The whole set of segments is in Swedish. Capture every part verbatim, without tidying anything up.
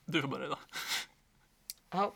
Du får börja då. Ja.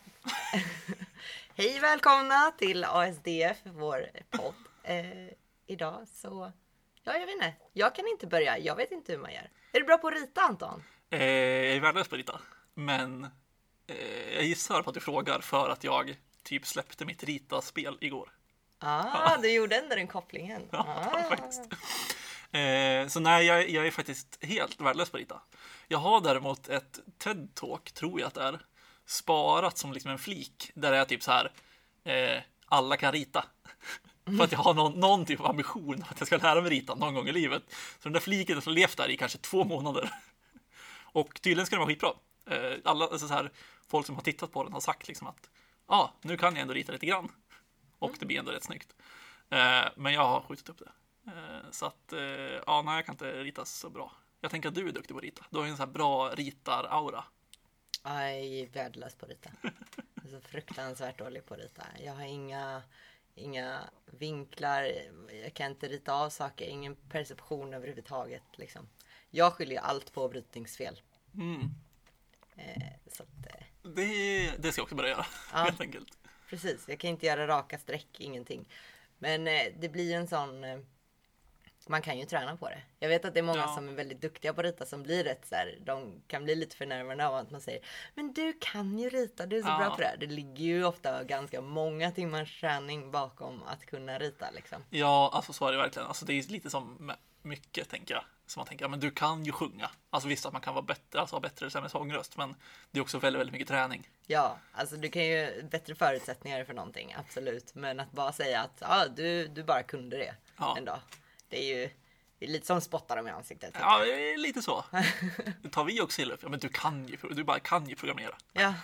Hej, välkomna till A S D F, vår podd. Eh, idag så, ja jag vet inte, jag kan inte börja, jag vet inte hur man gör. Är du bra på att rita, Anton? Eh, jag är värdelös på att rita, men eh, jag gissar på att du frågar för att jag typ släppte mitt rita-spel igår. Ah, ja. Du gjorde ändå den kopplingen. Ja, Ah. faktiskt. Eh, så nej, jag, jag är faktiskt helt värdelös på att rita. Jag har däremot ett TED-talk, tror jag att det är, sparat som liksom en flik där det är typ så här, eh, alla kan rita. För att jag har någon, någon typ av ambition att jag ska lära mig rita någon gång i livet. Så den där fliken har levt där i kanske två månader. Och tydligen ska den vara skitbra. Eh, alla alltså så här, folk som har tittat på den har sagt liksom att ja, ah, nu kan jag ändå rita lite grann. Och det blir ändå rätt snyggt. Eh, men jag har skjutit upp det. Eh, så att, eh, ja, nej, jag kan inte rita så bra. Jag tänker att du är duktig på att rita. Du har ju en sån här bra ritar-aura. Jag är värdelös på att rita. Jag är så fruktansvärt dålig på att rita. Jag har inga, inga vinklar, jag kan inte rita av saker, ingen perception överhuvudtaget. Liksom. Jag skyller allt på brytningsfel. Mm. Eh, så att, eh, Det, det ska jag också börja göra, ja, helt enkelt. Precis, jag kan inte göra raka streck, ingenting. Men eh, det blir en sån... Eh, man kan ju träna på det. Jag vet att det är många Ja. som är väldigt duktiga på att rita som blir rätt så här, de kan bli lite förnärmade av att man säger men du kan ju rita, du är så Ja. bra på det här. Det ligger ju ofta ganska många timmars träning bakom att kunna rita liksom. Ja, alltså så är det verkligen. Alltså det är lite som med mycket, tänker jag. Som man tänker, ja, men du kan ju sjunga. Alltså visst att man kan vara bättre, alltså ha bättre eller sämre sångröst, men det är också väldigt, väldigt mycket träning. Ja, alltså du kan ju bättre förutsättningar för någonting, absolut. Men att bara säga att ja, du, du bara kunde det Ja. en dag. Det är ju det är lite som spottar dem i ansiktet. Ja, det är lite så. Det tar vi också illa upp. Ja, men du kan ju, du bara kan ju programmera. Ja.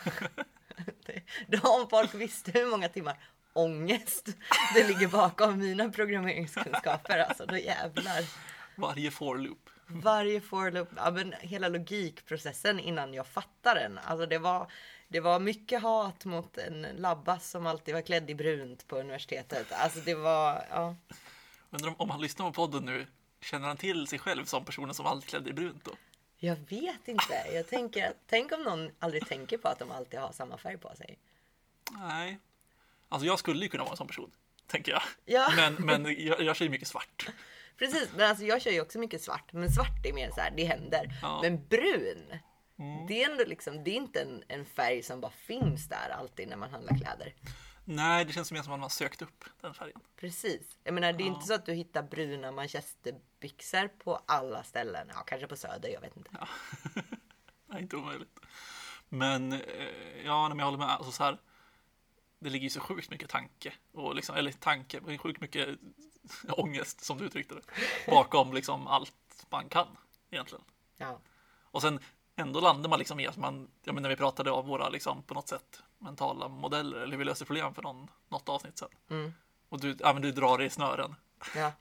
Då om folk visste hur många timmar ångest det ligger bakom mina programmeringskunskaper, alltså då jävlar. Varje for loop. Varje for loop, ja, men hela logikprocessen innan jag fattar den. Alltså det var, det var mycket hat mot en labbas som alltid var klädd i brunt på universitetet. Alltså det var, ja. Undrar om, om han lyssnar på podden nu, känner han till sig själv som personen som alltid klädde i brunt då? Jag vet inte. Jag tänker, tänk om någon aldrig tänker på att de alltid har samma färg på sig. Nej. Alltså jag skulle ju kunna vara en sån person, tänker jag. Ja. Men, men jag, jag kör ju mycket svart. Precis, men alltså jag kör ju också mycket svart. Men svart är mer så här, det händer. Ja. Men brun, Mm. det är ändå liksom, det är inte en, en färg som bara finns där alltid när man handlar kläder. Nej, det känns mer som att man har sökt upp den färgen. Precis. Jag menar, det är Ja. inte så att du hittar bruna manchesterbyxor på alla ställen. Ja, kanske på Söder, jag vet inte. Ja. Nej, inte omöjligt. Men eh, ja, men jag håller med. Alltså, så här, det ligger ju så sjukt mycket tanke, och liksom, eller tanke, men sjukt mycket ångest, som du uttryckte det, bakom liksom allt man kan egentligen. Ja. Och sen ändå landar man liksom i att man, ja, men när vi pratade om våra liksom, på något sätt mentala modeller, eller hur vi löser problem för någon, något avsnitt sen. Mm. Och du, ja, men du drar i snören. Ja.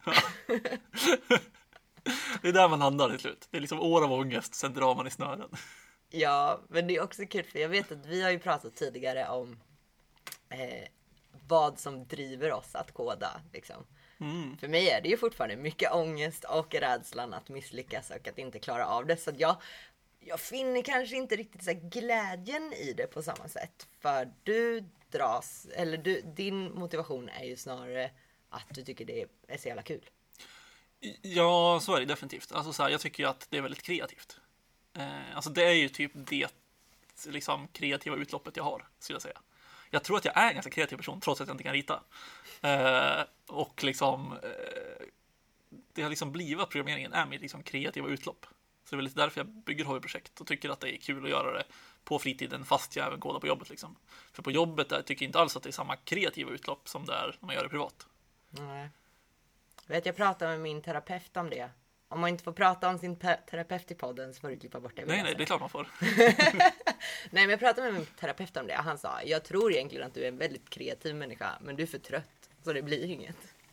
Det är där man landar till slut. Det är liksom år av ångest, sen drar man i snören. Ja, men det är också kul för jag vet att vi har ju pratat tidigare om eh, vad som driver oss att koda liksom. Mm. För mig är det ju fortfarande mycket ångest och rädslan att misslyckas och att inte klara av det. Så att jag, jag finner kanske inte riktigt så här glädjen i det på samma sätt. För du dras, eller du, din motivation är ju snarare att du tycker det är så jävla kul. Ja, så är det definitivt. Alltså, så här, jag tycker ju att det är väldigt kreativt. Eh, alltså det är ju typ det liksom, kreativa utloppet jag har, skulle jag säga. Jag tror att jag är en ganska kreativ person trots att jag inte kan rita. Eh, och liksom eh, det har liksom blivit att programmeringen är mitt liksom, kreativa utlopp. Så det är väl lite därför jag bygger hobbyprojekt och tycker att det är kul att göra det på fritiden fast jag även kodar på jobbet. Liksom. För på jobbet där tycker jag inte alls att det är samma kreativa utlopp som det är när man gör det privat. Nej. Jag vet, jag pratade med min terapeut om det. Om man inte får prata om sin pe- terapeut i podden så får du klippa bort det. vill Nej, jag nej, säga. det är klart man får. Nej, men jag pratade med min terapeut om det. Han sa, jag tror egentligen att du är en väldigt kreativ människa, men du är för trött, så det blir inget.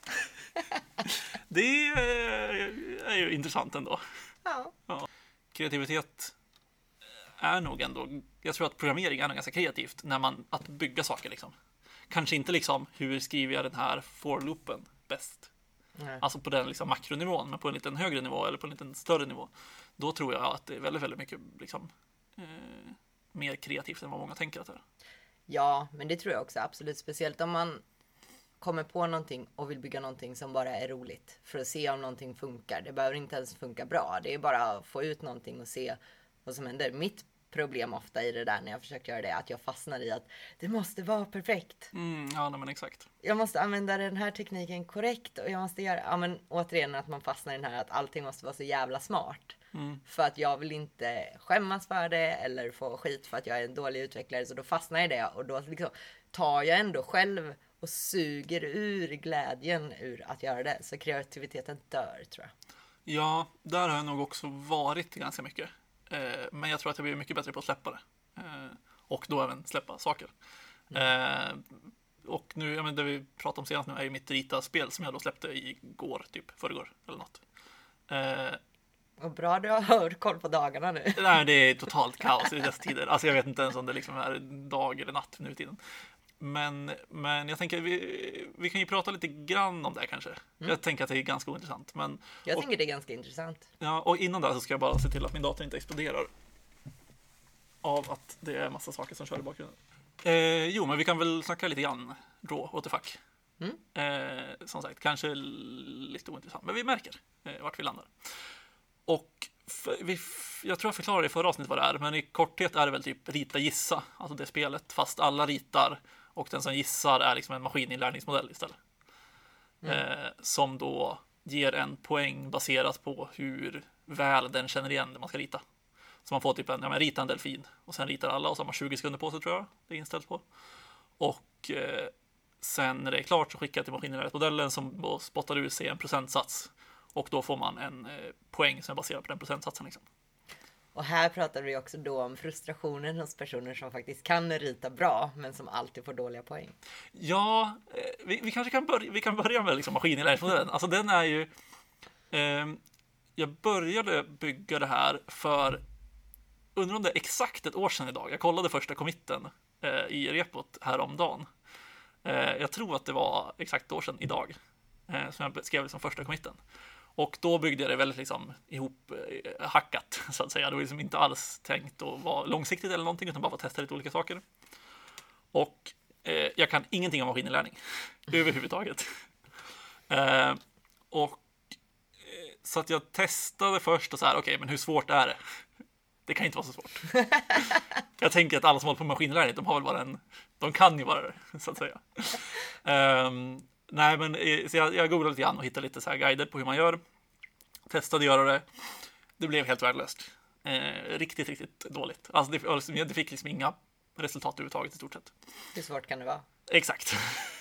Det är, är ju intressant ändå. Ja. Ja. Kreativitet är nog ändå, jag tror att programmering är nog ganska kreativt när man, att bygga saker liksom. Kanske inte liksom, hur skriver jag den här for-loopen bäst? Nej. Alltså på den liksom makronivån, men på en liten högre nivå eller på en liten större nivå. Då tror jag att det är väldigt, väldigt mycket liksom, eh, mer kreativt än vad många tänker att det är. Ja, men det tror jag också absolut. Speciellt om man kommer på någonting och vill bygga någonting som bara är roligt. För att se om någonting funkar. Det behöver inte ens funka bra. Det är bara att få ut någonting och se vad som händer. Mitt problem ofta i det där när jag försöker göra det är att jag fastnar i att det måste vara perfekt. Mm, ja, nej, men exakt. Jag måste använda den här tekniken korrekt och jag måste göra, ja men återigen att man fastnar i den här att allting måste vara så jävla smart. Mm. För att jag vill inte skämmas för det eller få skit för att jag är en dålig utvecklare, så då fastnar jag i det och då liksom tar jag ändå själv och suger ur glädjen ur att göra det. Så kreativiteten dör, tror jag. Ja, där har jag nog också varit ganska mycket. Eh, men jag tror att jag blir mycket bättre på att släppa det. Eh, och då även släppa saker. Mm. Eh, och nu, ja, men det vi pratar om senast nu är ju mitt rita-spel som jag då släppte igår, typ förrgår eller något. Eh, och bra du har koll på dagarna nu. Nej, det är totalt kaos i dessa tider. Alltså jag vet inte ens om det liksom är dag eller natt nu i tiden. Men, men jag tänker vi, vi kan ju prata lite grann om det här kanske. Mm. Jag tänker att det är ganska ointressant. Men, jag och, tänker det är ganska intressant. Ja, och innan det så ska jag bara se till att min dator inte exploderar. Av att det är massa saker som kör i bakgrunden. Eh, jo, men vi kan väl snacka lite grann då, what the fuck. Mm. Eh, som sagt, kanske lite ointressant. Men vi märker eh, vart vi landar. Och för, vi, jag tror jag förklarade i förra avsnittet vad det är. Men i korthet är det väl typ rita gissa. Alltså det spelet, fast alla ritar. Och den som gissar är liksom en maskininlärningsmodell istället. Mm. Eh, som då ger en poäng baserat på hur väl den känner igen det man ska rita. Så man får typ en, ja men rita en delfin. Och sen ritar alla och så har man tjugo sekunder på sig, tror jag. Det är inställt på. Och eh, sen när det är klart så skickar jag till maskininlärningsmodellen som då spottar ut sig en procentsats. Och då får man en eh, poäng som är baserad på den procentsatsen liksom. Och här pratar vi också då om frustrationen hos personer som faktiskt kan rita bra men som alltid får dåliga poäng. Ja, eh, vi, vi kanske kan börja, vi kan börja med liksom maskininlärningsmodellen. Alltså den är ju... Eh, jag började bygga det här för... Undrar om det är exakt ett år sedan idag. Jag kollade första committen eh, i repot häromdagen. Eh, jag tror att det var exakt ett år sedan idag. Eh, som jag skrev som första committen. Och då byggde jag det väldigt liksom ihop eh, hackat så att säga. Det var liksom inte alls tänkt att vara långsiktigt eller någonting, utan bara att testa lite olika saker. Och eh, jag kan ingenting om maskininlärning överhuvudtaget. Eh, och eh, så att jag testade först och så här, okej, okay, men hur svårt är det? Det kan inte vara så svårt. Jag tänker att alla som håller på med maskininlärning, de har väl bara en, de kan ju bara det, så att säga. Um, nej, men så jag, jag googlade lite grann och hittade lite så här guider på hur man gör. Testade göra det. Det blev helt värdelöst. Eh, riktigt, riktigt dåligt. Alltså det, det fick liksom inga resultat överhuvudtaget i stort sett. Hur svårt kan det vara? Exakt.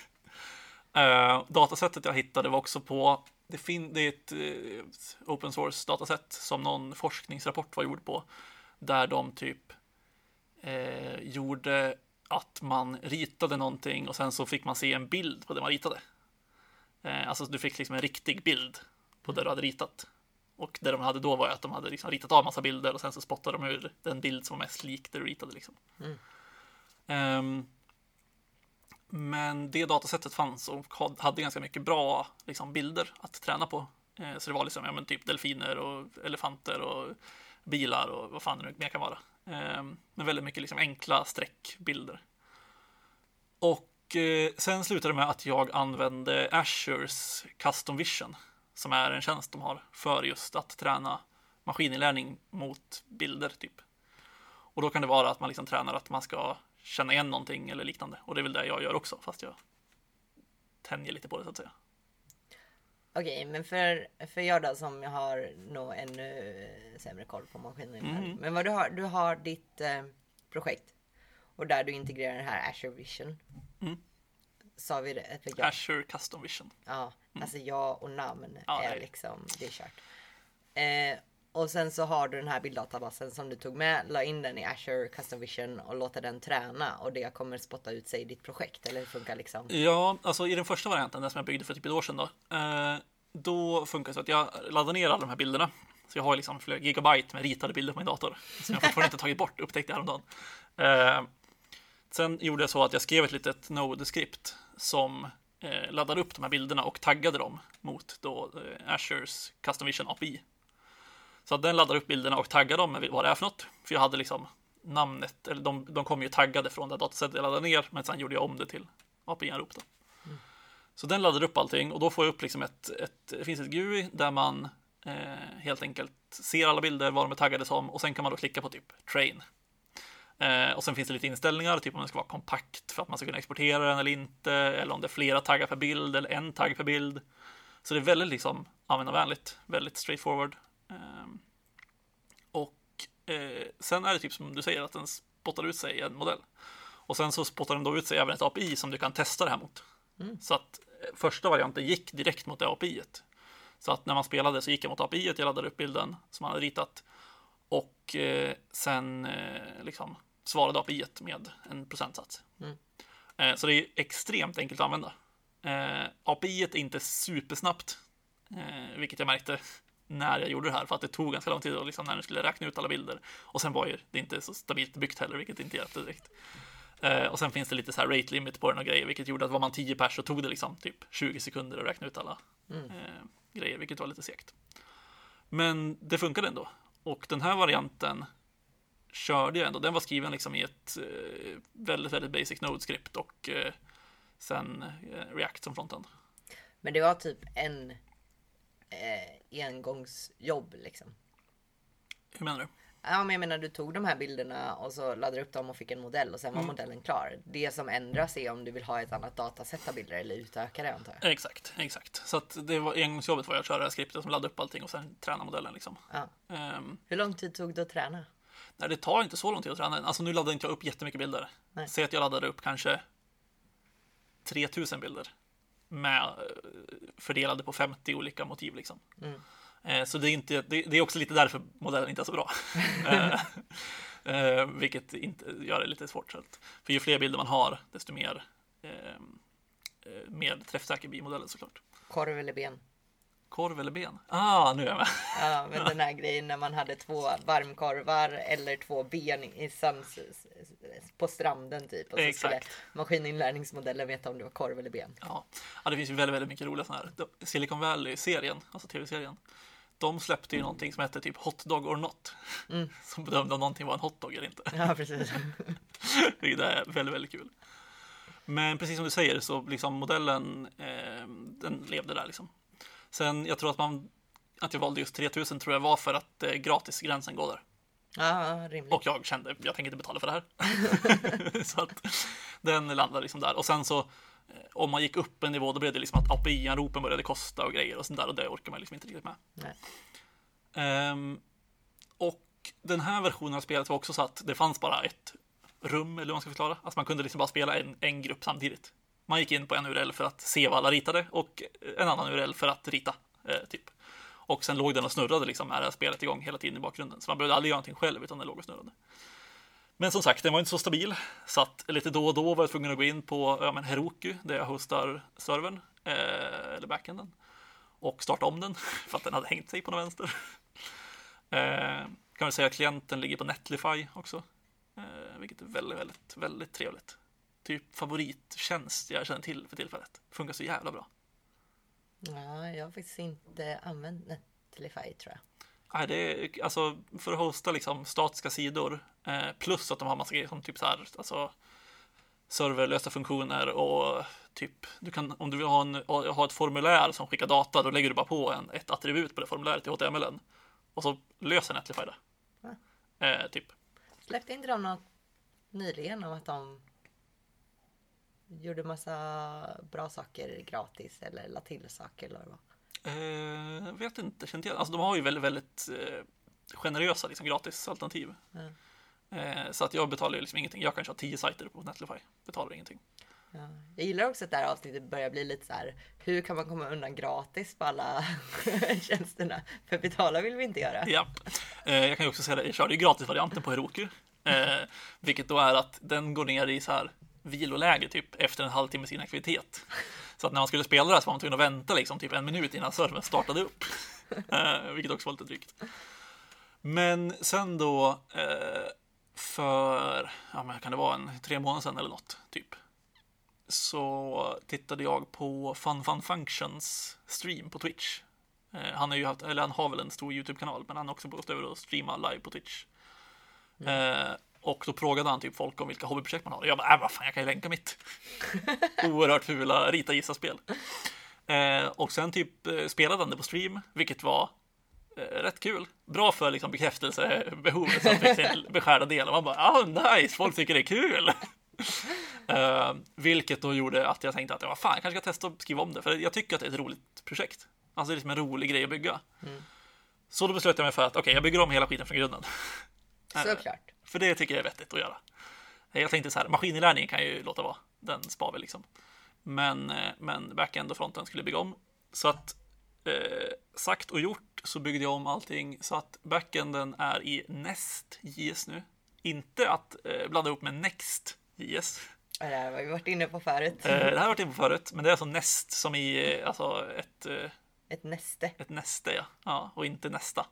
uh, datasättet jag hittade var också på, det, fin, det är ett uh, open source datasätt som någon forskningsrapport var gjord på. Där de typ eh, gjorde att man ritade någonting och sen så fick man se en bild på det man ritade. Eh, alltså du fick liksom en riktig bild på det du hade ritat. Och det de hade då var att de hade liksom ritat av massa bilder och sen så spottade de ur den bild som var mest lik det du ritade. Liksom. Mm. Um, men det datasättet fanns och hade ganska mycket bra liksom, bilder att träna på. Eh, så det var liksom, ja, men typ delfiner och elefanter och bilar och vad fan det nu mer kan vara. Eh, men väldigt mycket liksom enkla streckbilder. Och eh, sen slutade det med att jag använde Azures Custom Vision, som är en tjänst de har för just att träna maskininlärning mot bilder typ. Och då kan det vara att man liksom tränar att man ska känna igen någonting eller liknande. Och det är väl det jag gör också, fast jag tänjer lite på det så att säga. Okej, okay, men för, för jag då som jag har nog ännu sämre koll på maskinen. Mm. Men vad du har, du har ditt eh, projekt och där du integrerar den här Azure Vision. Mm. Sa vi det? Jag. Azure Custom Vision. Ja, mm. Alltså jag och namn ja, är nej. liksom, det är kört. Eh, och sen så har du den här bilddatabasen som du tog med, la in den i Azure Custom Vision och låter den träna och det kommer spotta ut sig i ditt projekt, eller hur funkar liksom? Ja, alltså i den första varianten, den som jag byggde för typ ett år sedan då, eh, då funkar det så att jag laddar ner alla de här bilderna. Så jag har liksom flera gigabyte med ritade bilder på min dator som jag fortfarande inte tagit bort, upptäckte jag häromdagen. Eh, sen gjorde jag så att jag skrev ett litet Node-skript som eh, laddade upp de här bilderna och taggade dem mot då eh, Azures Custom Vision A P I. Så att den laddar upp bilderna och taggar dem med vad det är för något. För jag hade liksom namnet, eller de, de kom ju taggade från det datasättet jag laddade ner, men sen gjorde jag om det till A P I-anrop då. Mm. Så den laddar upp allting och då får jag upp liksom ett, ett det finns ett G U I där man eh, helt enkelt ser alla bilder, vad de är taggade som, och sen kan man då klicka på typ train. Eh, och sen finns det lite inställningar, typ om den ska vara kompakt för att man ska kunna exportera den eller inte, eller om det är flera taggar per bild eller en tagg per bild. Så det är väldigt liksom användarvänligt, väldigt straightforward. Eh, och eh, sen är det typ som du säger att den spottar ut sig en modell. Och sen så spottar den då ut sig även ett A P I som du kan testa det här mot. Mm. Så att eh, första varianten gick direkt mot det A P I-et. Så att när man spelade så gick jag mot A P I-et, jag laddade upp bilden som man hade ritat. Och eh, sen eh, liksom svarade A P I-et med en procentsats. Mm. Eh, så det är extremt enkelt att använda. Eh, A P I-et är inte supersnabbt, eh, vilket jag märkte när jag gjorde det här, för att det tog ganska lång tid och liksom när den skulle räkna ut alla bilder. Och sen var ju det inte så stabilt byggt heller, vilket inte hjälpte direkt. Eh, och sen finns det lite så här rate limit på den och grejer, vilket gjorde att var man tio pers så tog det liksom typ tjugo sekunder att räkna ut alla mm. eh, grejer, vilket var lite segt. Men det funkade ändå. Och den här varianten körde jag ändå. Den var skriven liksom i ett eh, väldigt, väldigt basic Node-skript och eh, sen eh, React som frontend. Men det var typ en eh, engångsjobb liksom. Hur menar du? Ja, men jag menar, du tog de här bilderna och så laddade upp dem och fick en modell och sen var mm. modellen klar. Det som ändras är om du vill ha ett annat datasätt av bilder eller utöka det, antar jag. Exakt, exakt. Så att det var engångsjobbet var jag att köra det här skriptet som laddade upp allting och sen träna modellen liksom. Ja. Um, Hur lång tid tog det att träna? Nej, det tar inte så lång tid att träna. Alltså nu laddade inte jag upp jättemycket bilder. Nej. Säg att jag laddade upp kanske tre tusen bilder med fördelade på femtio olika motiv liksom. Mm. Så det är, inte, det är också lite därför modellen inte är så bra. eh, vilket inte gör det lite svårt. För ju fler bilder man har, desto mer, eh, mer träffsäker blir modellen såklart. Korv eller ben? Korv eller ben? Ah, nu är jag med. Ja, men den här grejen när man hade två varmkorvar eller två ben i sans, på stranden typ. Och så Exakt. Skulle maskininlärningsmodellen veta om det var korv eller ben. Ja, ja det finns ju väldigt, väldigt mycket roliga sådana här. Silicon Valley-serien, alltså tv-serien. De släppte ju någonting som hette typ Hot Dog or Not. Mm. Som bedömde om någonting var en hotdog eller inte. Ja, precis. Det är väldigt, väldigt kul. Men precis som du säger så liksom modellen, eh, den levde där liksom. Sen jag tror att man att jag valde just tre tusen tror jag var för att eh, gratisgränsen går där. Ja, rimligt. Och jag kände, jag tänker inte betala för det här. Så att den landade liksom där. Och sen så, eh, om man gick upp en nivå då blev det liksom att A P I-anropen började kosta och grejer och sånt där. Och det orkar man liksom inte riktigt med. Nej. Um, och den här versionen av spelet var också så att det fanns bara ett rum, eller hur man ska förklara. Alltså man kunde liksom bara spela en, en grupp samtidigt. Man gick in på en U R L för att se vad alla ritade och en annan U R L för att rita, eh, typ. Och sen låg den och snurrade liksom med det här spelet igång hela tiden i bakgrunden. Så man behövde aldrig göra någonting själv utan den låg och snurrade. Men som sagt, den var inte så stabil. Så att lite då och då var jag tvungen att gå in på ja, men Heroku, där jag hostar servern, eh, eller backenden. Och starta om den, för att den hade hängt sig på den vänster. eh, kan man säga att klienten ligger på Netlify också. Eh, vilket är väldigt, väldigt, väldigt trevligt. Typ favorittjänst jag känner till för tillfället. Funkar så jävla bra. Ja, jag har faktiskt inte använt Netlify tror jag. Nej, det är alltså för att hosta liksom statiska sidor eh, plus att de har massa grejer som typ så här, alltså serverlösa funktioner och typ du kan om du vill ha en ha ett formulär som skickar data då lägger du bara på en ett attribut på det formuläret i H T M L och så löser Netlify det. Ja. Eh, typ. Släppte inte de något nyligen om att de gjorde massa bra saker gratis eller la till saker eller vad? Eh, vet inte, känner jag. Alltså de har ju väldigt, väldigt eh, generösa liksom, gratis alternativ. Mm. Eh, så att jag betalar ju liksom ingenting. Jag kanske har tio sajter på Netlify. Betalar ingenting. Ja. Jag gillar också att det här avsnittet börjar bli lite så här. Hur kan man komma undan gratis på alla tjänsterna? För betala vill vi inte göra. Ja, eh, jag kan ju också säga det. Jag körde ju gratisvarianten på Heroku. Eh, vilket då är att den går ner i så här viloläge typ efter en halvtimme sin aktivitet. Så att när man skulle spela det här så var man tvungen att vänta liksom typ en minut innan servern startade upp. eh, vilket också var lite drygt. Men sen då eh, för, ja men kan det vara en tre månader sedan eller något typ. Så tittade jag på Fun Fun Functions stream på Twitch. Eh, han är ju haft, eller han har väl en stor YouTube-kanal men han har också gått över och streama live på Twitch. Mm. Eh, Och då frågade han typ folk om vilka hobbyprojekt man har. Och jag bara, äh, vad fan, jag kan ju länka mitt. Oerhört fula rita gissa-spel. Eh, och sen typ eh, spelade han det på stream, vilket var eh, rätt kul. Bra för liksom bekräftelsebehovet som fick sin beskärda del. Och man bara, ah nice, folk tycker det är kul. eh, vilket då gjorde att jag tänkte att, ja, fan, jag kanske ska testa att skriva om det. För jag tycker att det är ett roligt projekt. Alltså det är liksom en rolig grej att bygga. Mm. Så då beslöt jag mig för att, okej, okay, jag bygger om hela skiten från grunden. Såklart. För det tycker jag är vettigt att göra. Jag tänkte så här, maskininlärning kan ju låta vara. Den spar vi liksom. Men, men backend och fronten skulle bygga om. Så att eh, sagt och gjort så byggde jag om allting så att backenden är i Nest.js nu. Inte att eh, blanda ihop med Next.js. Det här har vi varit inne på förut. Eh, det här har jag varit inne på förut. Men det är alltså Nest som i alltså ett... Eh, ett näste. Ett näste, ja. Ja, och inte nästa.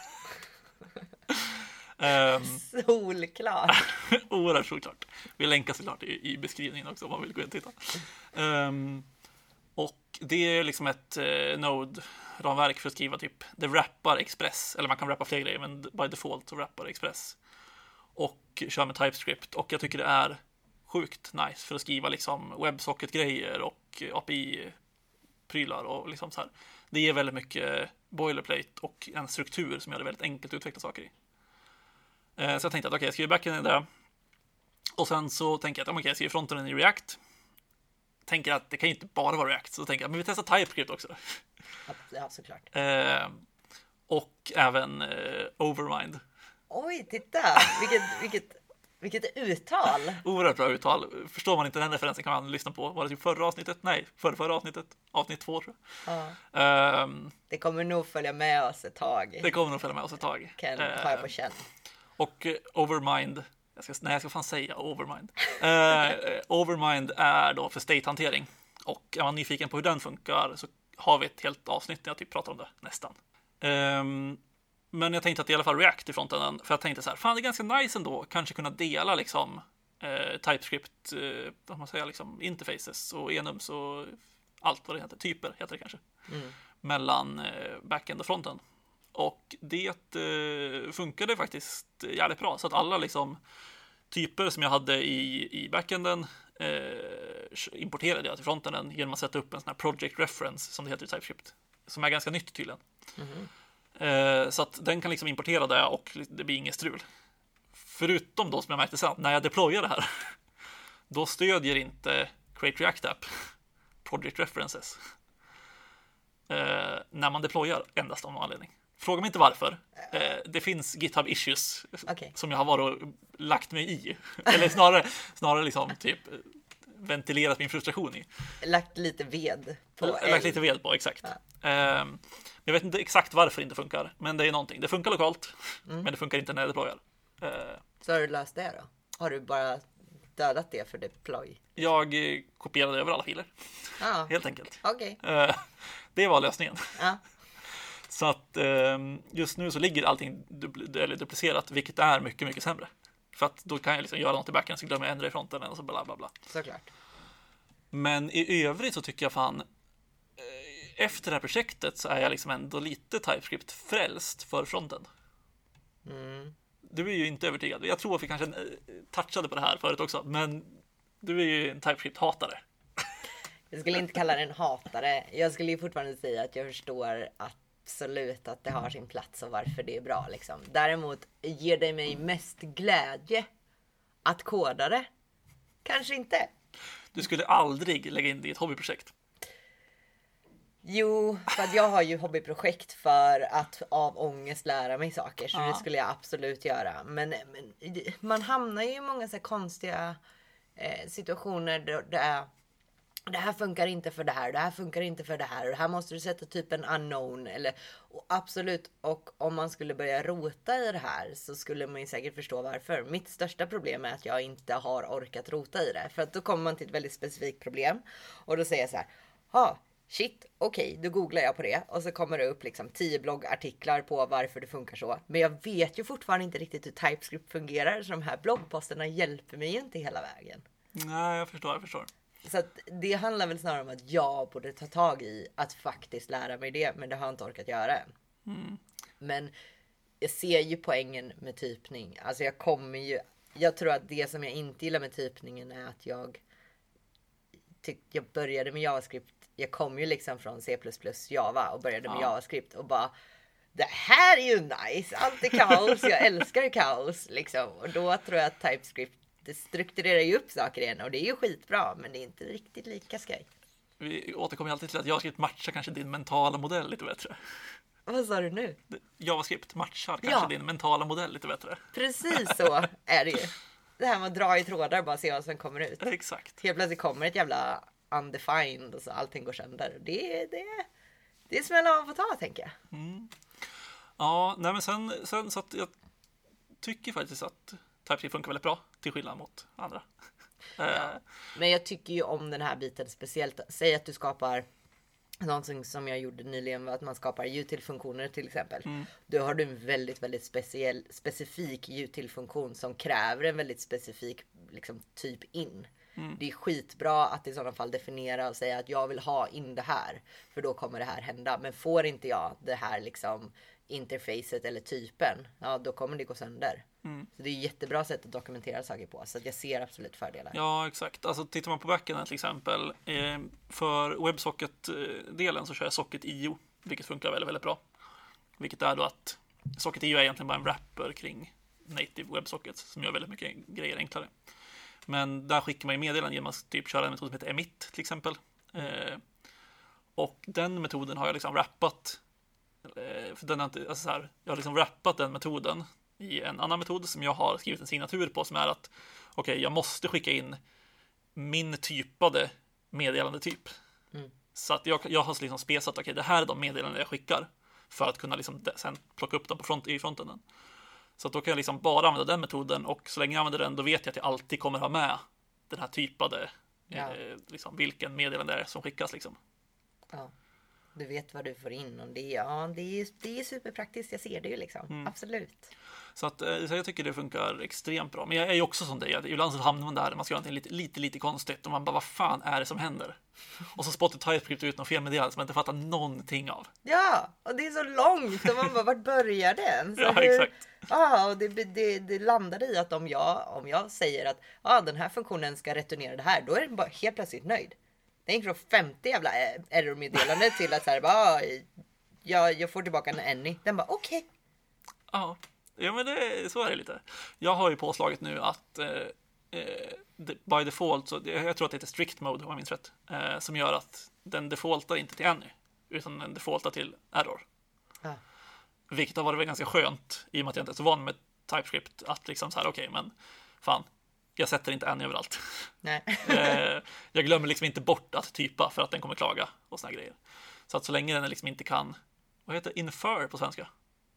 Um, solklart. Oerhört solklart. Vi länkar såklart i, i beskrivningen också om man vill gå in och titta. Um, och det är liksom ett eh, Node-ramverk för att skriva typ, det wrappar Express, eller man kan wrappa fler grejer, men by default så wrappar Express. Och kör med TypeScript. Och jag tycker det är sjukt nice för att skriva liksom WebSocket-grejer och A P I-prylar och liksom så här. Det ger väldigt mycket boilerplate och en struktur som gör det väldigt enkelt att utveckla saker i. Så jag tänkte att okej, okay, jag skriver backenden i det. Och sen så tänker jag att okej, okay, jag skriver fronten i React. Tänker att det kan ju inte bara vara React. Så tänker jag, men vi testar TypeScript också. Ja, såklart. Eh, och även eh, Overmind. Oj, titta! Vilket, vilket, vilket uttal! Oerhört bra uttal. Förstår man inte den referensen kan man lyssna på. Var det typ förra avsnittet? Nej, förra, förra avsnittet. Avsnitt två, tror jag. Ja. Eh, det kommer nog följa med oss ett tag. Det kommer nog följa med oss ett tag. Kan ta på känn. Och uh, Overmind, jag ska, nej jag ska fan säga Overmind. Uh, Overmind är då för state-hantering. Och är man nyfiken på hur den funkar så har vi ett helt avsnitt där jag typ pratar om det, nästan. Um, men jag tänkte att det är i alla fall React i fronten. För jag tänkte så här, fan det är ganska nice ändå. Kanske kunna dela liksom uh, TypeScript, uh, vad man säger, liksom interfaces och enums och allt vad det heter. Typer heter det kanske. Mm. Mellan uh, backend och fronten. Och det eh, funkade faktiskt jävligt bra. Så att alla liksom typer som jag hade i, i backenden eh, importerade jag till frontenden genom att sätta upp en sån här project reference som det heter i TypeScript. Som är ganska nytt tydligen. Mm. Eh, så att den kan liksom importera det och det blir inget strul. Förutom då som jag märkte sen, när jag deployar det här. Då stödjer inte Create React App project references. Eh, när man deployar endast av någon anledning. Fråga mig inte varför. Eh, det finns GitHub issues okay. som jag har varit och lagt mig i. Eller snarare, snarare liksom typ ventilerat min frustration i. Lagt lite ved på. L- lagt lite ved på, exakt. Ja. Eh, jag vet inte exakt varför det inte funkar. Men det är någonting. Det funkar lokalt, mm. men det funkar inte när jag deployar. Eh, Så har du löst det då? Har du bara dödat det för deploy? Jag kopierade över alla filer. Ah. Helt enkelt. Okay. Eh, det var lösningen. Ah. Så att eh, just nu så ligger allting dupl- eller duplicerat, vilket är mycket, mycket sämre. För att då kan jag liksom göra något i backen så glömmer jag ändra i fronten och så bla bla bla. Såklart. Men i övrigt så tycker jag fan, eh, efter det här projektet så är jag liksom ändå lite TypeScript frälst för fronten. Mm. Du är ju inte övertygad. Jag tror att vi kanske eh, touchade på det här förut också, men du är ju en TypeScript-hatare. Jag skulle inte kalla det en hatare. Jag skulle ju fortfarande säga att jag förstår att absolut att det har sin plats och varför det är bra liksom. Däremot ger det mig mest glädje att koda det. Kanske inte. Du skulle aldrig lägga in det i ett hobbyprojekt. Jo, för att jag har ju hobbyprojekt för att av ångest lära mig saker. Så ja. Det skulle jag absolut göra. Men, men man hamnar ju i många så här konstiga eh, situationer där det är det här funkar inte för det här, det här funkar inte för det här och det här måste du sätta typ en unknown eller och absolut, och om man skulle börja rota i det här så skulle man ju säkert förstå varför. Mitt största problem är att jag inte har orkat rota i det, för att då kommer man till ett väldigt specifikt problem och då säger jag så här: "Ha, shit, okej, okay, då googlar jag på det och så kommer det upp liksom tio bloggartiklar på varför det funkar så. Men jag vet ju fortfarande inte riktigt hur TypeScript fungerar, så de här bloggposterna hjälper mig ju inte hela vägen." Nej, jag förstår, jag förstår. Så att det handlar väl snarare om att jag borde ta tag i att faktiskt lära mig det, men det har jag inte orkat göra än. Mm. Men jag ser ju poängen med typning. Alltså jag kommer ju jag tror att det som jag inte gillar med typningen är att jag tyck, jag började med JavaScript. Jag kom ju liksom från C plus plus Java och började med Ja. JavaScript och bara det här är ju nice. Allt är kaos. Jag älskar kaos liksom. Och då tror jag att TypeScript det strukturerar ju upp saker igen och det är ju skitbra, men det är inte riktigt lika skoj. Vi återkommer alltid till att JavaScript matchar kanske din mentala modell lite bättre. Vad sa du nu? JavaScript matchar kanske Ja. din mentala modell lite bättre. Precis så är det ju. Det här med att dra i trådar och bara se vad som kommer ut. Exakt. Helt plötsligt kommer ett jävla undefined och så allting går sönder. Det, det, det är smällar man får ta, tänker jag. Mm. Ja, nej men sen, sen så att jag tycker faktiskt att TypeScript funkar väldigt bra till skillnad mot andra. Ja. Men jag tycker ju om den här biten speciellt. Säg att du skapar någonting som jag gjorde nyligen var att man skapar util-funktioner till exempel. Mm. Då har du en väldigt, väldigt speciell, specifik util-funktion som kräver en väldigt specifik liksom, typ in. Mm. Det är skitbra att i sådana fall definiera och säga att jag vill ha in det här. För då kommer det här hända. Men får inte jag det här liksom interfacet eller typen, ja då kommer det gå sönder. Mm. Så det är ett jättebra sätt att dokumentera saker på. Så att jag ser absolut fördelar. Ja, exakt. Alltså tittar man på backenden till exempel. Eh, för WebSocket-delen så kör jag Socket I O, vilket funkar väldigt, väldigt bra. Vilket är då att Socket I O är egentligen bara en wrapper kring native WebSockets som gör väldigt mycket grejer enklare. Men där skickar man ju meddelanden genom att typ köra en metod som heter emit till exempel. Eh, och den metoden har jag liksom wrappat. Eh, för den är inte, alltså så här, jag har liksom wrappat den metoden i en annan metod som jag har skrivit en signatur på som är att okej, okay, jag måste skicka in min typade meddelande typ. Mm. Så att jag, jag har liksom spesat, okej, okay, det här är de meddelanden jag skickar för att kunna liksom sen plocka upp dem på front, i frontenden. Så att då kan jag liksom bara använda den metoden och så länge jag använder den då vet jag att jag alltid kommer ha med den här typade Ja. eh, liksom, vilken meddelande det är som skickas liksom. Ja. Du vet vad du får in och det, ja, det, är, det är superpraktiskt, jag ser det ju liksom. Mm. Absolut. Så, att, så jag tycker det funkar extremt bra. Men jag är ju också som dig, att ibland så hamnar man där man ska göra något lite, lite, lite konstigt och man bara, vad fan är det som händer? Och så spottar TypeScript ut något felmeddelande som man inte fattar någonting av. Ja, och det är så långt och man bara, vart börjar den? Så Ja, hur, exakt. Ja, och det, det, det landar i att om jag, om jag säger att ah, den här funktionen ska returnera det här, då är den bara helt plötsligt nöjd. Det gick från femtio jävla error-meddelande till att så här, bara, jag, jag får tillbaka en any. Den bara, okej. Okay. Ja, ja men det, så är det lite. Jag har ju påslaget nu att eh, eh, by default, så det, jag tror att det heter strict mode om jag minns rätt, eh, som gör att den defaultar inte till any, utan den defaultar till error. Ja. Vilket har varit ganska skönt i och med att jag inte är så van med TypeScript att liksom så här, okej, okay, men fan, jag sätter inte any överallt. Nej. eh, jag glömmer liksom inte bort att typa för att den kommer klaga och såna grejer. Så att så länge den liksom inte kan, vad heter det? Infer på svenska?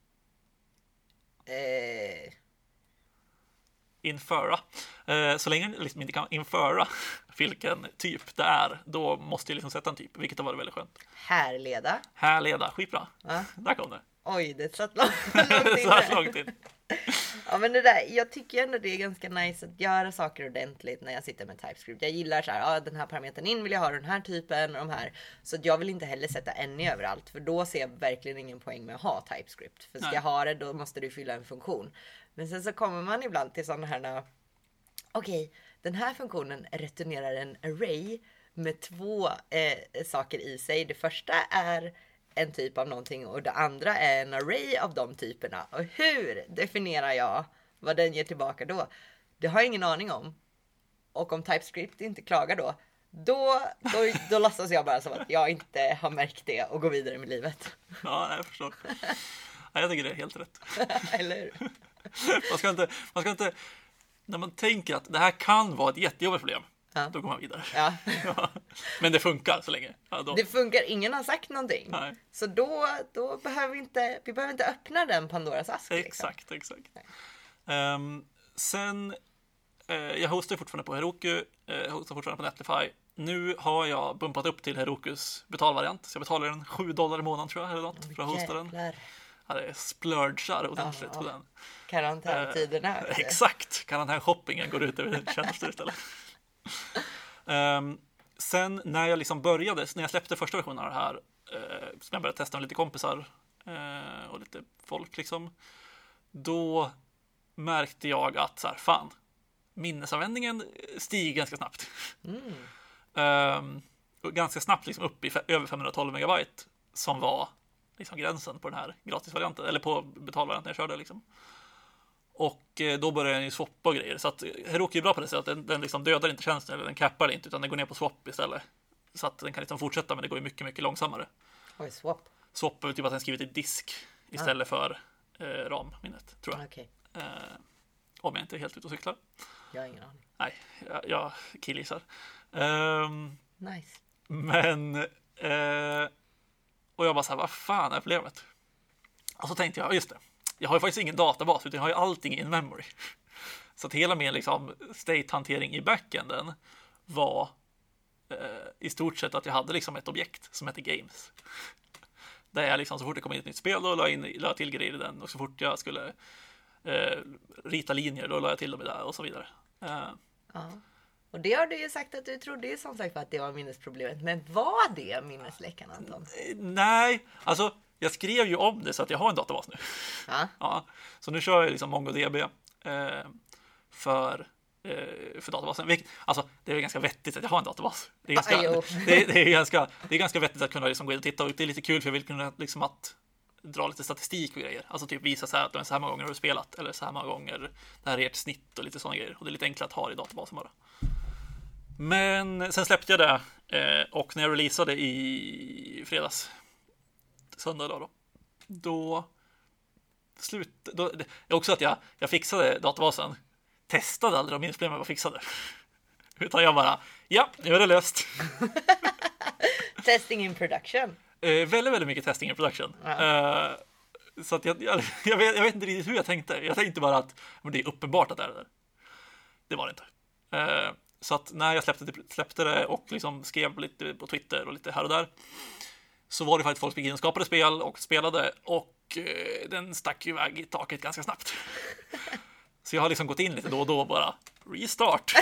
Eh. Införa. Eh, så länge den liksom inte kan införa vilken typ det är, då måste jag liksom sätta en typ, vilket har varit väldigt skönt. Härleda. Härleda, skitbra. Ja. Där kom det. Oj, det satt långt, långt inne. Så långt in. Ja, men det där, jag tycker ändå det är ganska nice att göra saker ordentligt när jag sitter med TypeScript. Jag gillar så här, ja, den här parametern in vill jag ha den här typen och de här. Så att jag vill inte heller sätta any överallt, för då ser jag verkligen ingen poäng med att ha TypeScript. För ska Nej. jag ha det, då måste du fylla en funktion. Men sen så kommer man ibland till sådana här, okej, okay, den här funktionen returnerar en array med två eh, saker i sig. Det första är en typ av någonting och det andra är en array av de typerna. Och hur definierar jag vad den ger tillbaka då? Det har jag ingen aning om. Och om TypeScript inte klagar då, då, då, då låtsas jag bara som att jag inte har märkt det och går vidare med livet. Ja, jag förstår. Ja, jag tycker det är helt rätt. Eller hur? Man ska inte, man ska inte, när man tänker att det här kan vara ett jättejobbigt problem, Ja. då går man vidare. Ja. Ja. Men det funkar så länge. Ja, då. Det funkar, ingen har sagt någonting. Nej. Så då, då behöver vi inte, vi behöver inte öppna den Pandoras ask. Liksom. Exakt, exakt. Um, sen, uh, jag hostar fortfarande på Heroku, uh, hostar fortfarande på Netlify. Nu har jag bumpat upp till Herokus betalvariant, så jag betalar en sju dollar i månaden tror jag, eller något, för att hosta den. Jävlar. Ja, det splurgar ordentligt Ja, på ja. den. Karantäntiderna. Uh, exakt, karantänshoppingen går ut över tjänster istället. um, sen när jag liksom började, när jag släppte första versionen av det här, uh, som jag började testa med lite kompisar uh, och lite folk liksom, då märkte jag att så här, fan, minnesanvändningen stiger ganska snabbt. Mm. um, och ganska snabbt liksom upp i fe- över femhundratolv megabyte som var liksom gränsen på den här gratisvarianten, eller på betalvarianten jag körde liksom. Och eh, då börjar den ju swappa och grejer, så att Heroku är bra på det sättet att den, den liksom dödar inte tjänsten eller den cappar inte, utan den går ner på swap istället. Så att den kan liksom fortsätta, men det går ju mycket, mycket långsammare. Oj, swap. Swap är typ att den skrivit i disk istället ah. för eh, RAM-minnet, tror jag. Okay. Eh, om jag inte är helt ute och cyklar. Jag har ingen aning. Nej, jag, jag killgissar. Um, nice. Men eh, och jag bara så här, vad fan är problemet? Och så tänkte jag, just det, jag har ju faktiskt ingen databas, utan jag har ju allting in memory. Så att hela min liksom state-hantering i backenden var eh, i stort sett att jag hade liksom ett objekt som heter games. Där jag liksom så fort det kom in ett nytt spel då la, in, la till grejer i den, och så fort jag skulle eh, rita linjer då la jag till dem i där och så vidare. Eh, ja. Och det har du ju sagt att du trodde ju som sagt att det var minnesproblemet. Men var det minnesläckan, Anton? Nej, alltså jag skrev ju om det så att jag har en databas nu. Ja. Ja, så nu kör jag liksom MongoDB eh, för, eh, för databasen. Alltså det är ganska vettigt att jag har en databas. Det är ganska, ah, det, det, är ganska, det är ganska vettigt att kunna liksom gå in och titta. Och det är lite kul för jag vill kunna liksom att dra lite statistik och grejer. Alltså typ visa så här att så här många gånger har du spelat, eller så här många gånger det här är ert snitt och lite sådana grejer. Och det är lite enklare att ha i databasen bara. Men sen släppte jag det eh, och när jag releasade i fredags, söndag då, då, då slut, då, det är också att jag, jag fixade databasen, testade aldrig om minnesproblemen var fixade. Utan jag bara, ja, nu är det löst. Testing in production. Eh, väldigt, väldigt mycket testing in production. Ja. Eh, så att jag, jag, jag, vet, jag vet inte riktigt hur jag tänkte. Jag tänkte bara att men det är uppenbart att det är det där. Det var det inte. Eh, Så att när jag släppte, släppte det och liksom skrev lite på Twitter och lite här och där, så var det faktiskt folk som gick in och skapade spel och spelade, och eh, den stack ju iväg i taket ganska snabbt. Så jag har liksom gått in lite då och då bara restart.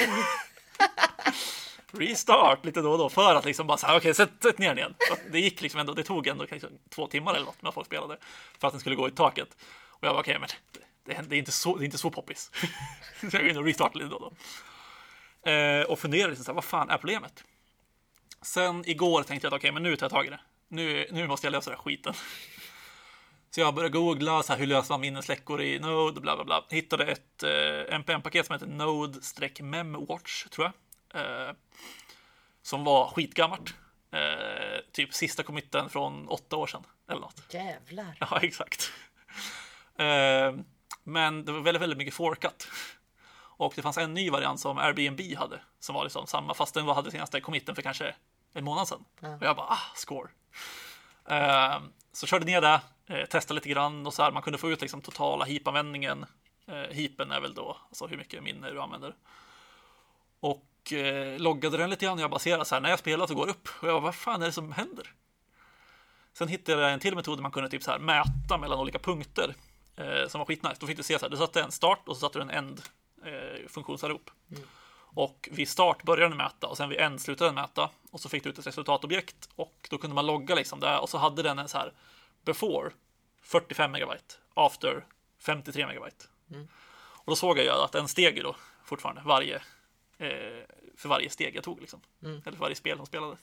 Restart lite då och då för att liksom bara så här, okej, okay, sätt, sätt ner den igen. Det gick liksom ändå, det tog ändå liksom två timmar eller något när folk spelade för att den skulle gå i taket. Och jag var okej, okay, men det, det, är inte så, det är inte så poppis. Så jag går in och restartade lite då och då. Eh, och funderade liksom så här, vad fan är problemet? Sen igår tänkte jag att okej, okay, men nu tar jag tag i det. Nu, nu måste jag lösa den här skiten. Så jag började googla så här, hur löser man minnesläckor i Node, bla bla bla. Hittade ett eh, N P M-paket som heter Node-memwatch, tror jag. Eh, som var skitgammalt. Eh, typ sista committen från åtta år sedan, eller något. Jävlar. Ja, exakt. Eh, men det var väldigt, väldigt mycket forkat. Och det fanns en ny variant som Airbnb hade, som var liksom samma, fast den hade senaste committen för kanske en månad sedan. Ja. Och jag bara, ah, score. Uh, så körde ner det, uh, testade lite grann och så här, man kunde få ut liksom totala heap-användningen. Uh, heapen är väl då, alltså hur mycket minne du använder. Och uh, loggade den lite grann och jag baserade så här, när jag spelar så går det upp. Och jag bara, vad fan är det som händer? Sen hittade jag en till metod där man kunde typ så här mäta mellan olika punkter, uh, som var skitnice. Då fick du se så här, du satte en start och så satte du en end funktionsarop. Mm. Och vid start började den mäta och sen vid end slutade den mäta och så fick du ut ett resultatobjekt och då kunde man logga liksom det och så hade den en så här before fyrtiofem megabyte, after femtiotre megabyte. Mm. Och då såg jag att den steg ju då fortfarande varje eh, för varje steg jag tog liksom. Mm. Eller för varje spel som spelades.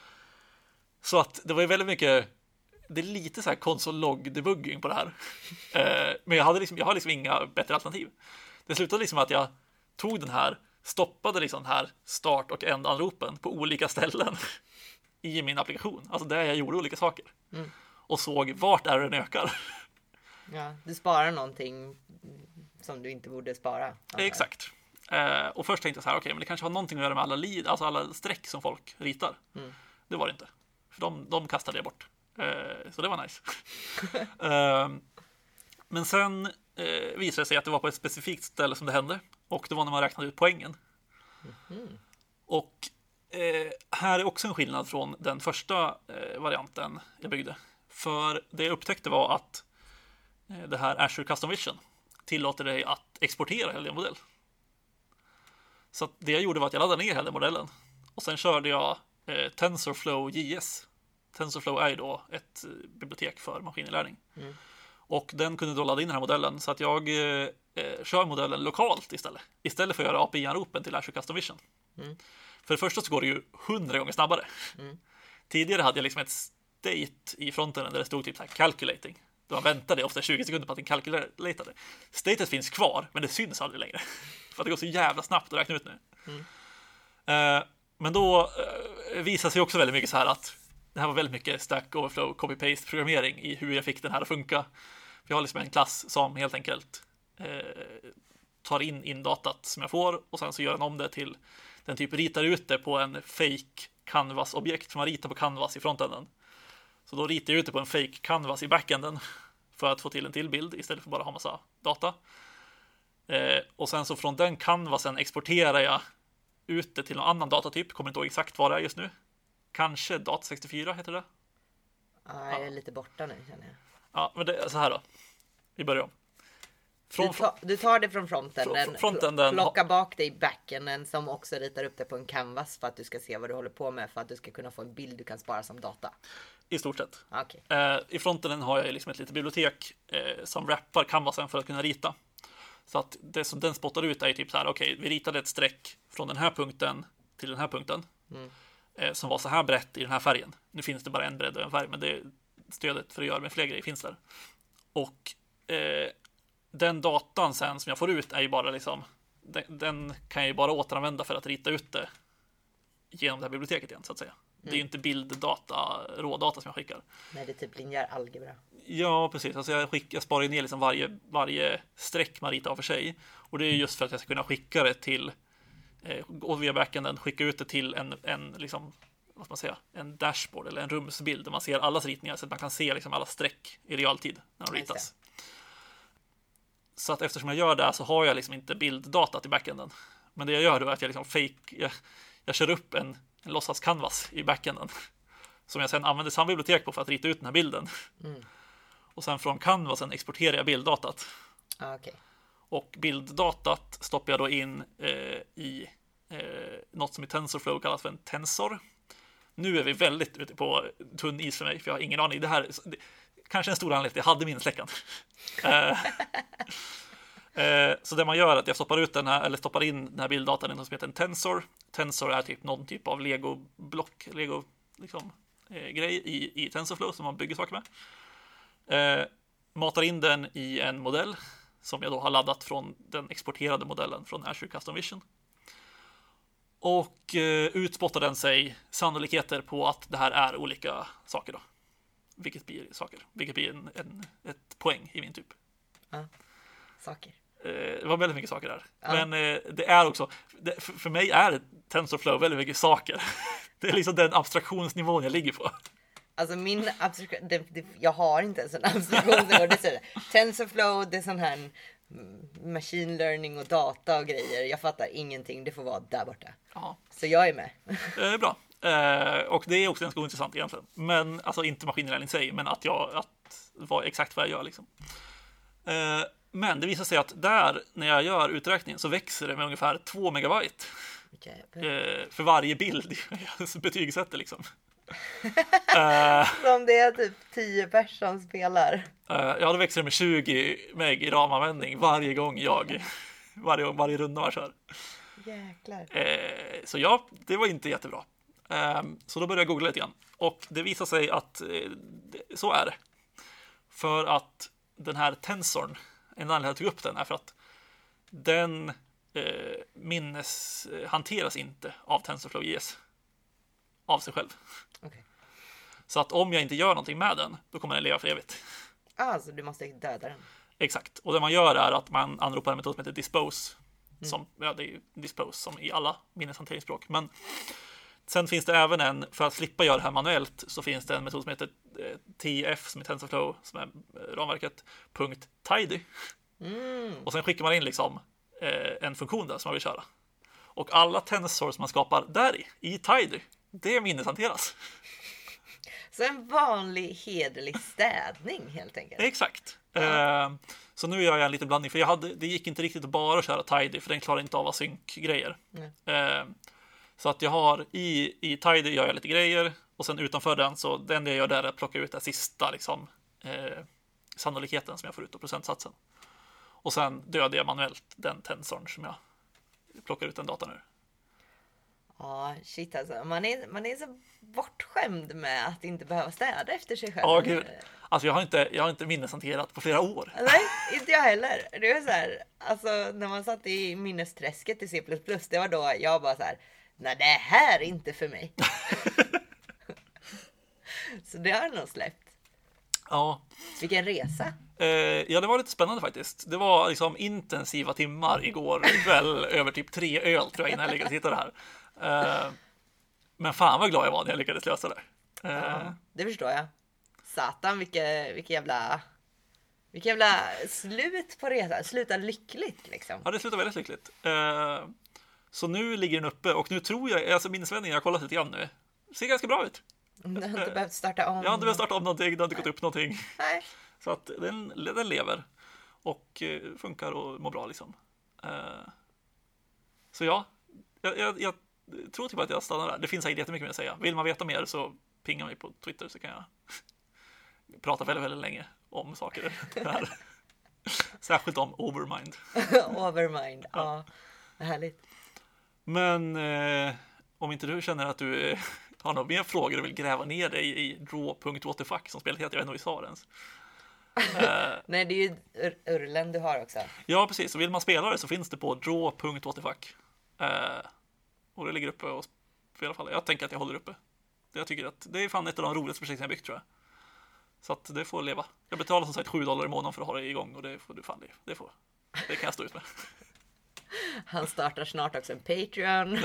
Så att det var ju väldigt mycket, det är lite så här console-log-debugging på det här. eh, men jag hade liksom, jag har liksom inga bättre alternativ. Det slutade liksom att jag tog den här, stoppade liksom den här start- och end-anropen på olika ställen i min applikation. Alltså där jag gjorde olika saker. Mm. Och såg vart är den ökar. Ja, du sparar någonting som du inte borde spara. Exakt. Eh, och först tänkte jag så här, okej, okay, men det kanske har någonting att göra med alla lead, alltså alla streck som folk ritar. Mm. Det var det inte. För de, de kastade jag bort. Eh, så det var nice. eh, men sen Eh, visade sig att det var på ett specifikt ställe som det hände. Och det var när man räknade ut poängen. Mm-hmm. Och eh, här är också en skillnad från den första eh, varianten jag byggde. För det jag upptäckte var att eh, det här Azure Custom Vision tillåter dig att exportera hela din modell. Så att det jag gjorde var att jag laddade ner hela modellen. Och sen körde jag eh, TensorFlow J S. TensorFlow är ju då ett eh, bibliotek för maskininlärning. Mm. Och den kunde då ladda in den här modellen. Så att jag eh, kör modellen lokalt istället. Istället för att göra A P I-anropen till Azure Custom Vision. Mm. För det första så går det ju hundra gånger snabbare. Mm. Tidigare hade jag liksom ett state i fronten där det stod typ så här calculating. Då man väntade ofta tjugo sekunder på att den calculatade. Statet finns kvar, men det syns aldrig längre. För att det går så jävla snabbt att räkna ut nu. Mm. Eh, men då eh, visar sig också väldigt mycket så här att det här var väldigt mycket Stack Overflow, copy-paste programmering i hur jag fick den här att funka. Vi har liksom en klass som helt enkelt eh, tar in in datat som jag får och sen så gör den om det till den typ ritar ut det på en fake canvas-objekt som man ritar på canvas i frontenden. Så då ritar jag ut det på en fake canvas i backenden för att få till en till bild istället för bara ha massa data. Eh, och sen så från den canvasen exporterar jag ut det till någon annan datatyp. Kommer inte ihåg exakt vad det är just nu. Kanske data sextiofyra heter det. Ja, jag är lite borta nu känner jag. Ja, men det är så här då. Vi börjar om. Från, du, ta, du tar det från frontenden, frontenden plockar bak det i backenden som också ritar upp det på en canvas för att du ska se vad du håller på med för att du ska kunna få en bild du kan spara som data. I stort sett. Okay. Eh, I frontenden har jag liksom ett litet bibliotek eh, som wrappar canvasen för att kunna rita. Så att det som den spottar ut är typ så här, okej, okay, vi ritade ett streck från den här punkten till den här punkten mm. eh, som var så här brett i den här färgen. Nu finns det bara en bredd och en färg, men det stödet för att göra med fler grejer finns där. Och eh, den datan sen som jag får ut är ju bara liksom, den, den kan jag ju bara återanvända för att rita ut det genom det här biblioteket igen så att säga. Mm. Det är ju inte bilddata, rådata som jag skickar. Nej, det är typ linjär algebra. Ja, precis. Alltså jag, skick, jag sparar ju ner liksom varje, varje streck man ritar av för sig. Och det är just för att jag ska kunna skicka det till eh, och via backenden skicka ut det till en, en liksom, vad ska man säga, en dashboard eller en rumsbild där man ser allas ritningar så att man kan se liksom alla streck i realtid när de ritas. Så att eftersom jag gör det så har jag liksom inte bilddatat i backenden. Men det jag gör då är att jag liksom fake, jag, jag kör upp en, en låtsas canvas i backenden som jag sedan använder samma bibliotek på för att rita ut den här bilden. Mm. Och sen från canvasen exporterar jag bilddatat. Ah, okay. Och bilddatat stoppar jag då in eh, i eh, något som i TensorFlow kallas för en tensor. Nu är vi väldigt ute på tunn is för mig, för jag har ingen aning. Det här det, kanske en stor anledning till att jag hade minnesläckan. eh, eh, så det man gör är att jag stoppar ut den här, eller stoppar in den här bilddatan i något som heter en tensor. Tensor är typ någon typ av Lego-block, Lego liksom, eh, grej i, i TensorFlow som man bygger saker med. Eh, matar in den i en modell som jag då har laddat från den exporterade modellen från Azure Custom Vision. Och eh, utspottar den sig sannolikheter på att det här är olika saker då. Vilket blir saker. Vilket blir en, en, ett poäng i min typ. Ja, saker. Eh, det var väldigt mycket saker där. Ja. Men eh, det är också, det, för, för mig är TensorFlow väldigt mycket saker. Det är liksom den abstraktionsnivån jag ligger på. Alltså min abstraktion, det, det, jag har inte ens en abstraktionsnivå. Det är TensorFlow, det är sån här machine learning och data och grejer. Jag fattar ingenting, det får vara där borta. Ja. Så jag är med. Eh, bra. Eh, och det är också ganska intressant egentligen. Men alltså inte maskininlärning i sig, men att jag att vad exakt vad jag gör liksom. Eh, men det visar sig att där när jag gör uträkningen så växer det med ungefär två megabyte. Eh, för varje bild jag betygsätter liksom. uh, Som det är typ tio personer som spelar. Uh, ja, då växer det med tjugo meg i ramanvändning varje gång jag varje, varje runda man kör. Jäklar. Uh, så ja, det var inte jättebra. Uh, så då började jag googla lite grann. Och det visar sig att uh, det, så är det. För att den här tensorn, en anledning jag tog upp den är för att den uh, minnes uh, hanteras inte av TensorFlow.js av sig själv. Okay. Så att om jag inte gör någonting med den, då kommer den leva för evigt. Ah, så du måste döda den. Exakt. Och det man gör är att man anropar en metod som heter dispose. Mm. Som, ja, det är dispose som i alla minneshanteringsspråk. Men sen finns det även en, för att slippa göra det här manuellt, så finns det en metod som heter eh, T F, som är TensorFlow, som är eh, ramverket, punkt tidy. Mm. Och sen skickar man in liksom eh, en funktion där som man vill köra. Och alla tensors man skapar där i, i tidy, det minneshanteras. Så en vanlig hederlig städning helt enkelt. Exakt. Ja. Uh, så nu gör jag en liten blandning. För jag hade, det gick inte riktigt att bara köra tidy. För den klarar inte av async-grejer. Uh, så att jag har i, i tidy gör jag lite grejer. Och sen utanför den så den jag gör där är att plocka ut den sista liksom, uh, sannolikheten som jag får ut av procentsatsen. Och sen dödade jag manuellt den tensorn som jag plockar ut den datan ur. Ja, shit alltså. Man är, man är så bortskämd med att inte behöva städa efter sig själv. Ja, gud. Alltså jag har inte, jag har inte minneshanterat på flera år. Nej, inte jag heller. Det var så här, alltså när man satt i minnesträsket i C plus plus, det var då jag bara så här, nej det här är inte för mig. Så det har jag nog släppt. Ja. Vilken resa. Eh, ja, det var lite spännande faktiskt. Det var liksom intensiva timmar igår kväll över typ tre öl tror jag innan jag lyckades hitta det här. Eh, men fan vad glad jag var när jag lyckades lösa det. Eh, Ja, det förstår jag. Satan, vilket, vilket jävla... Vilket jävla slut på resan. Sluta lyckligt liksom. Ja, det slutade väldigt lyckligt. Eh, så nu ligger den uppe och nu tror jag, alltså minnesvändningen jag har kollat lite grann nu, ser ganska bra ut. Du har inte behövt starta om. Jag har inte behövt starta om någonting, det har inte gått upp någonting. Nej. Så att den, den lever och eh, funkar och mår bra liksom. Eh, så ja, jag, jag, jag tror typ att jag stannar där. Det finns säkert jättemycket mer att säga. Vill man veta mer så pinga mig på Twitter så kan jag prata väldigt, väldigt länge om saker här. Särskilt om Overmind. Overmind, ja. ja. Härligt. Men eh, om inte du känner att du eh, har några mer frågor och vill gräva ner dig i draw punkt what the fuck som spelet heter, jag vet inte om vi sa det ens. Uh, Nej, det är ju ur- urlen du har också. Ja, precis. Så vill man spela det så finns det på draw punkt what the fuck. Uh, och det ligger uppe och i alla fall. Jag tänker att jag håller uppe. Jag tycker att det är fan ett av de roligaste projekt jag byggt tror jag. Så att det får leva. Jag betalar som sagt sju dollar i månaden för att ha det igång och det får du fan det. Det får. Det kan jag stå ut med. Han startar snart också en Patreon.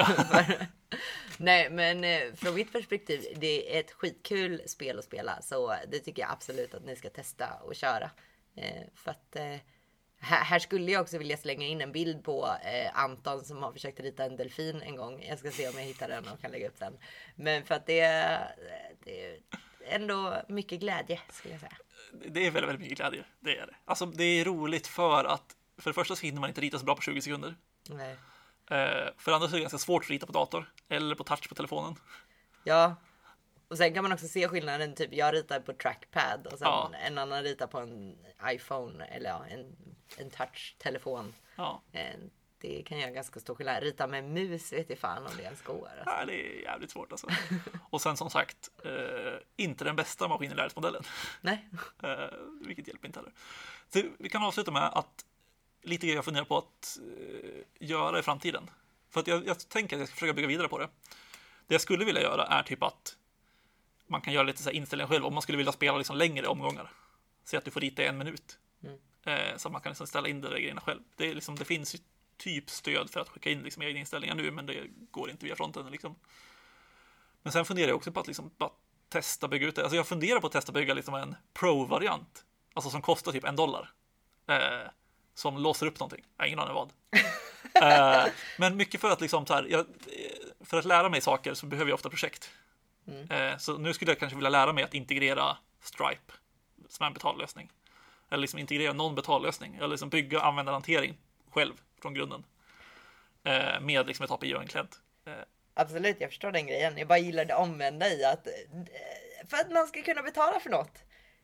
Nej, men eh, från mitt perspektiv, det är ett skitkul spel att spela. Så det tycker jag absolut att ni ska testa och köra. Eh, för att eh, här, här skulle jag också vilja slänga in en bild på eh, Anton som har försökt rita en delfin en gång. Jag ska se om jag hittar den och kan lägga upp den. Men för att det, det är ändå mycket glädje skulle jag säga. Det är väldigt, väldigt mycket glädje. Det är det. Alltså det är roligt för att för det första så hinner man inte rita så bra på tjugo sekunder. Nej. Eh, för det andra så är det ganska svårt att rita på dator eller på touch på telefonen. Ja, och sen kan man också se skillnaden. Typ jag ritar på trackpad och sen Ja. en annan ritar på en iPhone eller ja, en, en touch-telefon. Ja. Eh, Det kan göra ganska stor skillnad. Rita med mus vet jag fan om det ens går. Alltså. Nej, det är jävligt svårt alltså. Och sen som sagt, eh, inte den bästa maskininlärningsmodellen. Nej. Eh, vilket hjälper inte heller. Så vi kan avsluta med att lite grejer jag funderar på att eh, göra i framtiden. För att jag, jag tänker att jag ska försöka bygga vidare på det. Det jag skulle vilja göra är typ att man kan göra lite så här inställningar själv om man skulle vilja spela liksom längre omgångar. Så att du får rita i en minut. Mm. Eh, så att man kan liksom ställa in de där grejerna själv. Det, är liksom, det finns ju typ stöd för att skicka in liksom egna inställningar nu, men det går inte via fronten liksom. Men sen funderar jag också på att liksom bara testa bygga ut det. Alltså jag funderar på att testa bygga liksom en pro-variant. Alltså som kostar typ en dollar. Eh, som låser upp någonting. Jag har ingen aning vad. eh, men mycket för att liksom så här, jag, för att lära mig saker så behöver jag ofta projekt. Mm. Eh, så nu skulle jag kanske vilja lära mig att integrera Stripe som är en betallösning. Eller liksom integrera någon betallösning. Eller liksom bygga användarhantering själv från grunden. Eh, med liksom ett A P I och en klient. Eh, Absolut, jag förstår den grejen. Jag bara gillar det omvända i att för att man ska kunna betala för något.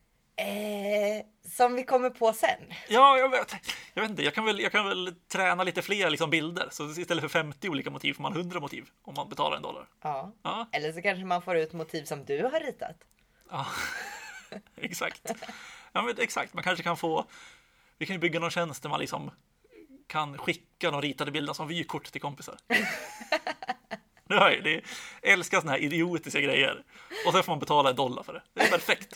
Eh, som vi kommer på sen. ja, jag vet, jag vet inte. Jag kan väl, jag kan väl träna lite fler liksom bilder. Så istället för femtio olika motiv får man hundra motiv om man betalar en dollar. Ja. Ja, Eller så kanske man får ut motiv som du har ritat. ja. Exakt. Ja, men exakt. Man kanske kan få... Vi kan ju bygga någon tjänst där man liksom kan skicka de ritade bilderna som vykort till kompisar. Det är, det är, jag älskar såna här idiotiska grejer. Och sen får man betala en dollar för det. Det är perfekt.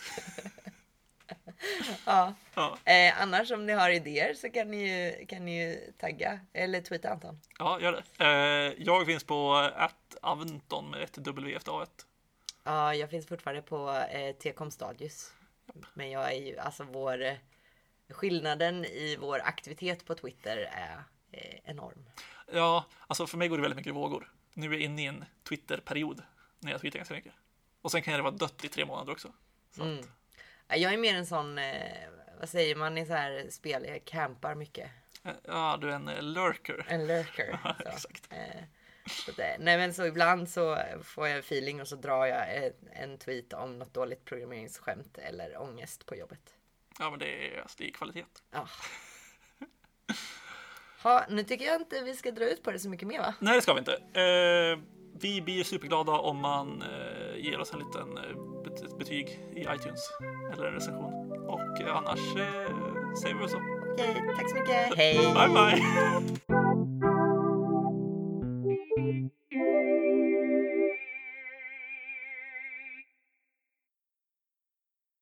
Ja. Ja, Eh, annars om ni har idéer så kan ni ju, kan ni ju tagga eller tweeta Anton. ja gör det. Eh, jag finns på at avnton med ett W efter A ett. Ja, jag finns fortfarande på eh, T-com Stadius. Men jag är ju, alltså vår eh, skillnaden i vår aktivitet på Twitter är eh, enorm. Ja, alltså för mig går det väldigt mycket i vågor. Nu är jag inne i en Twitter-period när jag tweetar ganska mycket. Och sen kan det vara dött i tre månader också. Så Mm. att, Ja, jag är mer en sån, eh, vad säger man i så här spel, jag campar mycket. eh, ja, du är en eh, lurker. En lurker. Ja, Så. exakt. Eh, så det, nej men så ibland så får jag feeling och så drar jag en, en tweet om något dåligt programmeringsskämt eller ångest på jobbet. Ja, men det är, alltså, det är kvalitet. Ja. Ha, nu tycker jag inte vi ska dra ut på det så mycket mer, va? Nej, det ska vi inte. Eh, vi blir superglada om man eh, ger oss en liten eh, bet- ett betyg i iTunes eller en recension. Och eh, annars eh, säger vi väl så. Okej, tack så mycket. Hej! Bye bye!